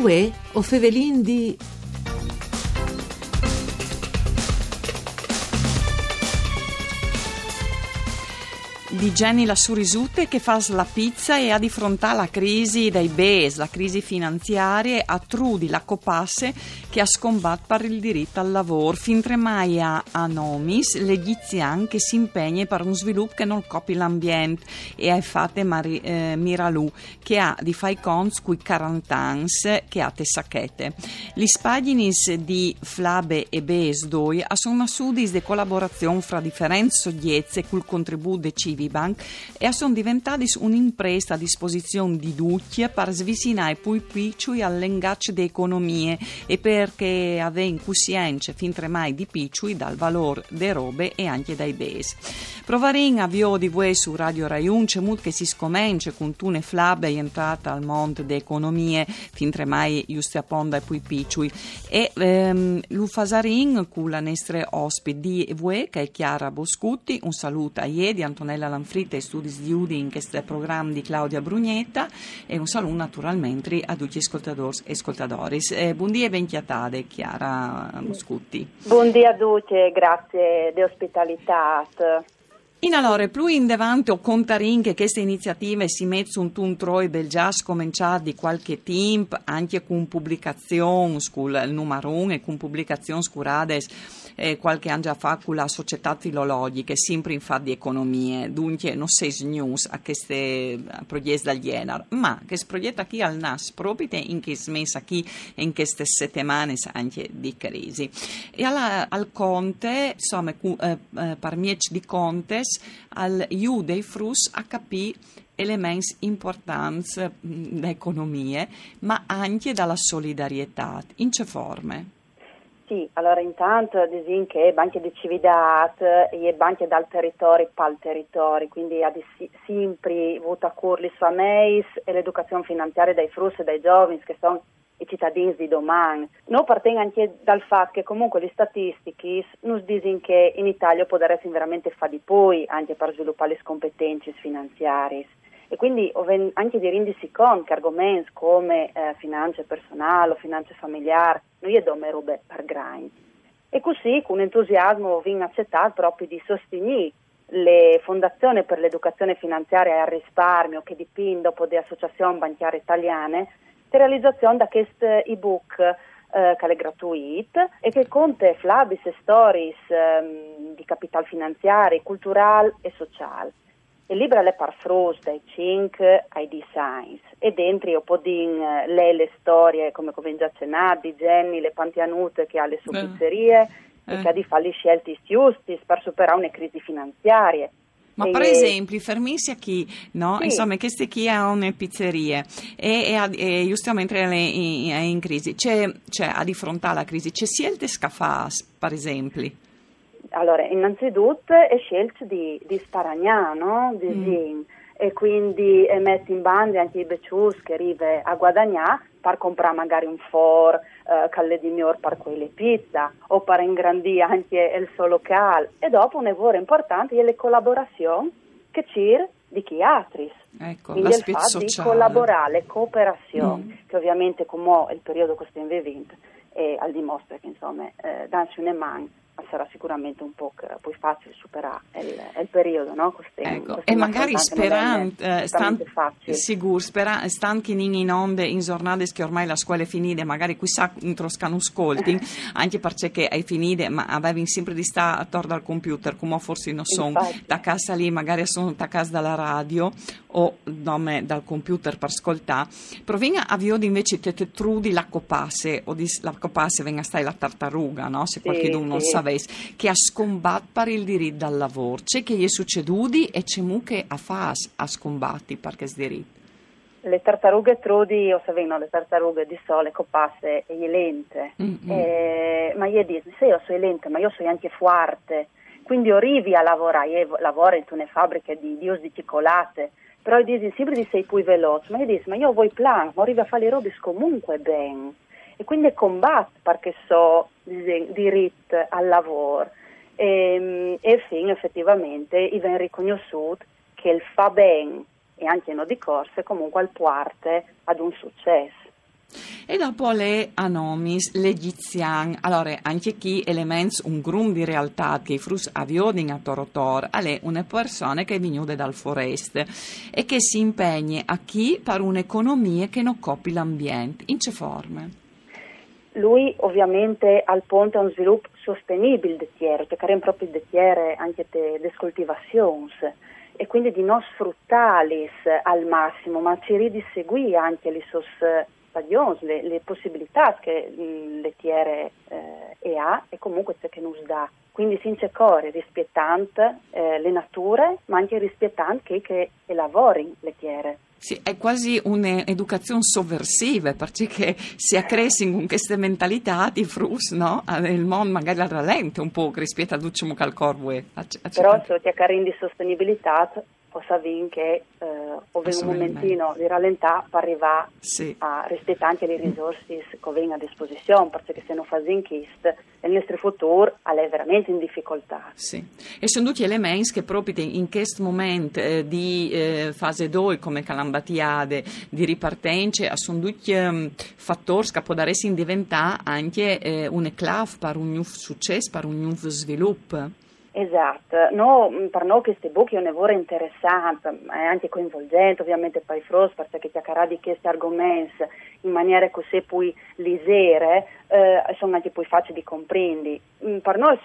Uè, o fevelin di... Di Jenny la Surisute che fa la pizza e ha di fronte la crisi dei BES, la crisi finanziaria, a Trudi la Copasse che ha scombattuto per il diritto al lavoro. Fin tremai a Nomis, l'egizian che si impegna per un sviluppo che non copi l'ambiente e ha fatto Miralù che ha di fai cons cui 40 anni che ha te sacchette. Gli spaginis di Flabe e BES 2 sono sudis di collaborazione fra differenti soggetti col contributo de Civibank e sono diventati un'impresa a disposizione di tutti per svicinare poi picciui all'engaccio di economie e perché aveva coscienza fin tremai di picciui dal valore delle robe e anche dai besi. Provarin avvio di voi su Radio Rai 1 che si scomincia con Tune Flab è entrata al mondo delle economie fin tremai giusti a ponda e poi picciui e lo fasarin con la nostra ospite di voi che è Chiara Boscutti. Un saluto a Iedi, Antonella Lanfritta e Studis di Udi in questo programma di Claudia Brugnetta e un saluto naturalmente a tutti gli ascoltatori e ascoltadoris. Buondì e benchiatade Chiara Boscutti. Buondì a tutti, grazie di ospitalità. In allora, più in davanti o contarin che queste iniziative si mettono un troi bel già scominciato di qualche tempo, anche con pubblicazioni sul numero 1 e con pubblicazioni scurades qualche anno già fa con la società filologica, sempre in fatto di economie, dunque non sei news a queste progetti dal genere, ma che si progetta qui al NAS proprio in che smessa qui in queste settimane anche di crisi. E al Conte, insomma, per mieci di Contes, al IU dei Frus a capire elementi importanti dell'economia, ma anche dalla solidarietà. In che forme? Sì, allora intanto disin che banche di cividat e banche dal territorio pal territorio, quindi ha sempre avuto a curli su ameis e l'educazione finanziaria dai Frus e dai giovani che sono i cittadini di domani. Noi partiamo anche dal fatto che comunque le statistiche nos dicono che in Italia può essere veramente fa di poi anche per sviluppare le competenze finanziarie e quindi anche di rendersi conto che argomenti come finanza personale o finanza familiare noi abbiamo robe per grind. E così con entusiasmo viene accettato proprio di sostenere le fondazioni per l'educazione finanziaria e al risparmio che dipendono dopo le associazioni bancarie italiane di realizzazione da questo ebook che è gratuito e che conta flabis e stories di capital finanziario, culturale e sociale. Il libro è per frus dai 5 ai 10 anni e dentro io posso dire le storie come già accennato di Jenny, le pantianute che ha le sue pizzerie e che ha di fare le scelte giuste per superare una crisi finanziaria. Ma per esempio, fermissi a chi, no? Sì. Insomma, queste chi hanno pizzerie e giustamente è in crisi, c'è a di fronte alla crisi, c'è scelte scafas, per esempio? Allora, innanzitutto è scelto di sparagnare, no? E quindi metti in bande anche i beccius che arriva a guadagnare per comprare magari un for che di miglior per quelle pizza o per ingrandire anche il suo locale e dopo un lavoro importante è le collaborazioni che c'è di chi altri. Ecco, quindi il fatto di collaborare, cooperazione che ovviamente come il periodo che stiamo vivendo al dimostra che insomma darsi una mano sarà sicuramente un po' più facile superare il periodo, no? Ecco. E magari sperando che in onde in giornate che ormai la scuola è finita, magari qui sa introscano ascolti, anche perché è finita, ma avevi sempre di stare attorno al computer, come forse non sono da casa lì, magari sono da casa dalla radio o dal computer per ascoltare. Provinga avvio di invece te trudi la copasse o di la copasse venga stai la tartaruga, no? Se qualcuno non sapesse che ha scombattuto per il diritto al lavoro. C'è che gli è succeduti e c'è mu che a fas a scombatti per questo diritto. Le tartarughe trudi o savino le tartarughe di sole copasse e gli lente. Ma io dico, se io sono lente, ma io sono anche forte. Quindi arrivi a lavorare, io lavoro in una fabbrica di os di cioccolate, però io dico sempre di sei più veloce, ma io dico, ma io vuoi plan, ma arrivi a fare le robe comunque bene. E quindi combatto perché so diritto al lavoro e fin effettivamente viene riconosciuto che il fa bene e anche no di corse comunque al parte ad un successo. E dopo le anomis, l'egizian. Allora, anche chi elements un grum di realtà che i frus aviodin a Torotor, è una persona che è venuta dal foreste e che si impegna a chi per un'economia che non copi l'ambiente. In che forme? Lui ovviamente al ponte a un sviluppo sostenibile del tiere, che crea proprio del tiere anche le coltivazioni e quindi di non sfruttarli al massimo, ma ci di seguire anche le stagioni, le possibilità che le tiere ha e comunque che non dà. Quindi si incecore rispettante le nature, ma anche rispettante che lavori le tiere. Sì, è quasi un'educazione sovversiva, perché si è cresciuto con queste mentalità di frus, no? Il mondo magari la rallenta un po' rispetto a l'ultimo calcorvo. Però se ti accarin di sostenibilità, possa dire che ove un momentino di rallentà per arrivare a rispettare anche le risorse che vengono a disposizione, perché se non fa questo, il nostro futuro è veramente in difficoltà. Sì, e sono tutti elementi che proprio in questo momento di fase 2 come calambatiade, di ripartenza, sono tutti fattori che possono diventare anche un eclav per un nuovo successo, per un nuovo sviluppo. Esatto, per noi queste buche è un lavoro interessante, è anche coinvolgente ovviamente per i frus, perché chiacchierare di questi argomenti in maniera così poi lisere sono anche poi facili di comprendere. Per noi,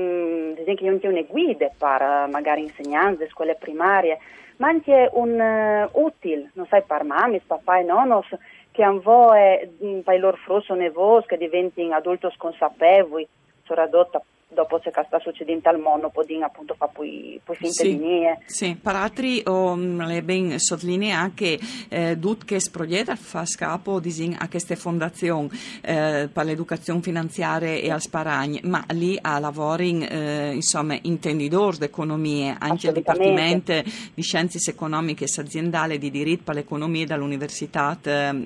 ad esempio, anche una guida per magari insegnanti delle scuole primarie, ma anche un utile, non sai, per mamme, papà e nonnos, che hanno per i loro frus o nevos che diventino adulti consapevoli, soprattutto dopo ciò che sta succedendo al mondo, podin appunto fa poi finta di niente. Sì, per altri le ben sottolinea che tutto questo progetto fa scapo a queste fondazioni per l'educazione finanziaria e al sparagni, ma lì a lavori insomma intenditori d'economie, anche il Dipartimento di Scienze Economiche e Aziendali di Diritto per l'Economia dall'Università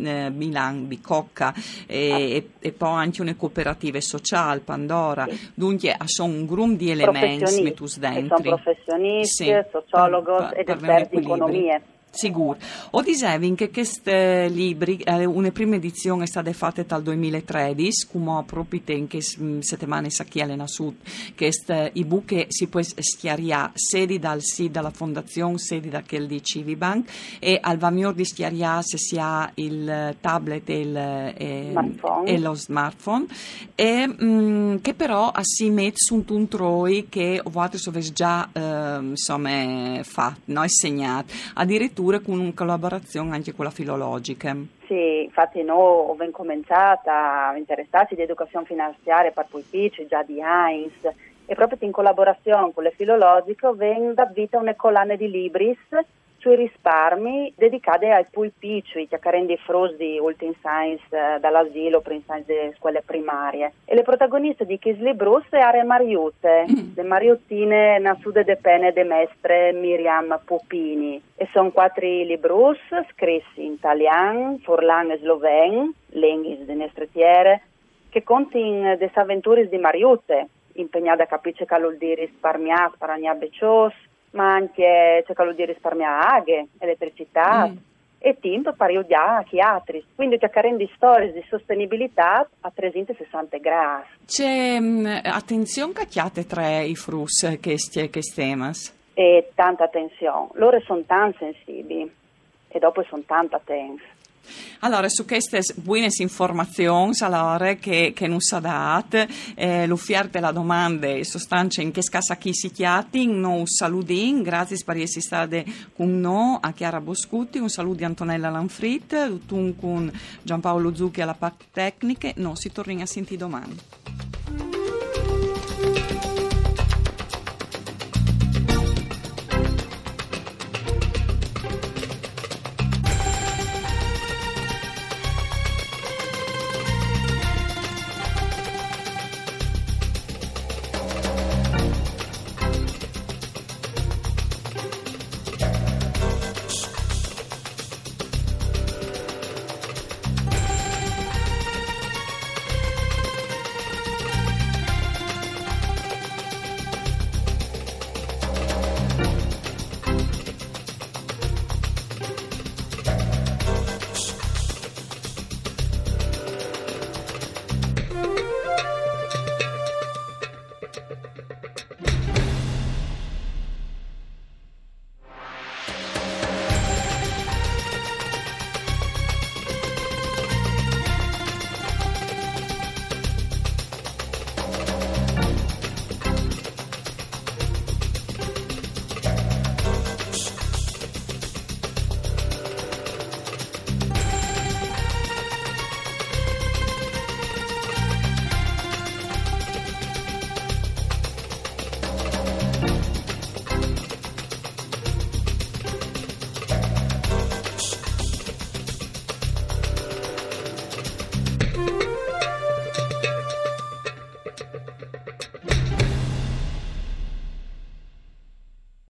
Milan, Bicocca e poi anche una cooperativa sociale, Pandora, dunque sono un gruppo di elementi metus dentro. Sono professionisti, sociologhi ed esperti di economia. Sicuro. O dicevi che questi libri, una prima edizione è stata fatta dal 2013, come proprio in queste settimane sa chi è Sud, che i buche si può schiarire sedi dal sito della fondazione, sedi da quel di Civibank, e al vamior di schiarire se si ha il tablet e lo smartphone, e che però si mette su un troi che voi avete già insomma fatto, no? Segnato, addirittura con una collaborazione anche con la filologica. Sì, infatti noi abbiamo cominciato a interessarci di educazione finanziaria per poi piccoli, già di Heinz, e proprio in collaborazione con le filologiche vengono da vita una collana di libri sui risparmi dedicati ai più piccoli, che rendi frus di Ultim Science dall'asilo per insegnare delle scuole primarie. E le protagoniste di questi libri sono le Mariute, le Mariottine nascute de pene de mestre Miriam Pupini. E sono 4 libri scritti in italiano, furlan e sloven, lingue di nestretiere, che contano le avventure di Mariute, impegnate a capire che vuol dire risparmiare per ogni beccios, ma anche c'è quello di risparmiare aghe, elettricità e tempo per aiutare chi altri. Quindi cercare di storie di sostenibilità a 360 gradi. C'è attenzione che chiate tra i frus che temas? E tanta attenzione. Loro sono tanto sensibili e dopo sono tanto attenti. Allora, su queste buone informazioni allora, che non sa date, l'uffierte la domanda in sostanza in che scassa chi si chiati, noi saludin, grazie per essere state con noi, a Chiara Boscutti, un saluto di Antonella Lanfrit, con Giampaolo Zucchi alla parte tecniche, noi si torna a sentire domani.